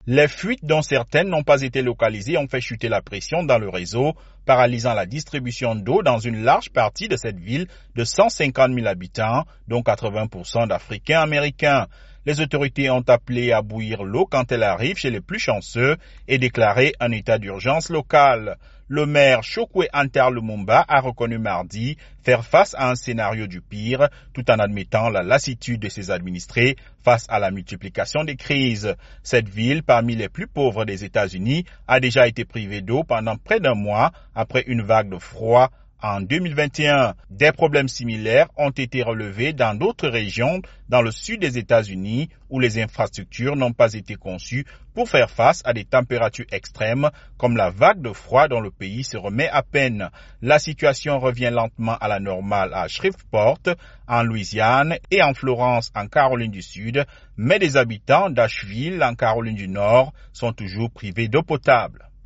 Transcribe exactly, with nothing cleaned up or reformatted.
Les fuites, dont certaines n'ont pas été localisées, ont fait chuter la pression dans le réseau, paralysant la distribution d'eau dans une large partie de cette ville de cent cinquante mille habitants, dont quatre-vingts pour cent d'Africains américains. Les autorités ont appelé à bouillir l'eau quand elle arrive chez les plus chanceux et déclaré un état d'urgence local. Le maire Chokwe Antar Lumumba a reconnu mardi faire face à un scénario du pire, tout en admettant la lassitude de ses administrés face à la multiplication des crises. Cette ville, parmi les plus pauvres des États-Unis, a déjà été privée d'eau pendant près d'un mois après une vague de froid en deux mille vingt et un. Des problèmes similaires ont été relevés dans d'autres régions dans le sud des États-Unis où les infrastructures n'ont pas été conçues pour faire face à des températures extrêmes comme la vague de froid dont le pays se remet à peine. La situation revient lentement à la normale à Shreveport, en Louisiane, et en Florence, en Caroline du Sud, mais les habitants d'Asheville, en Caroline du Nord, sont toujours privés d'eau potable.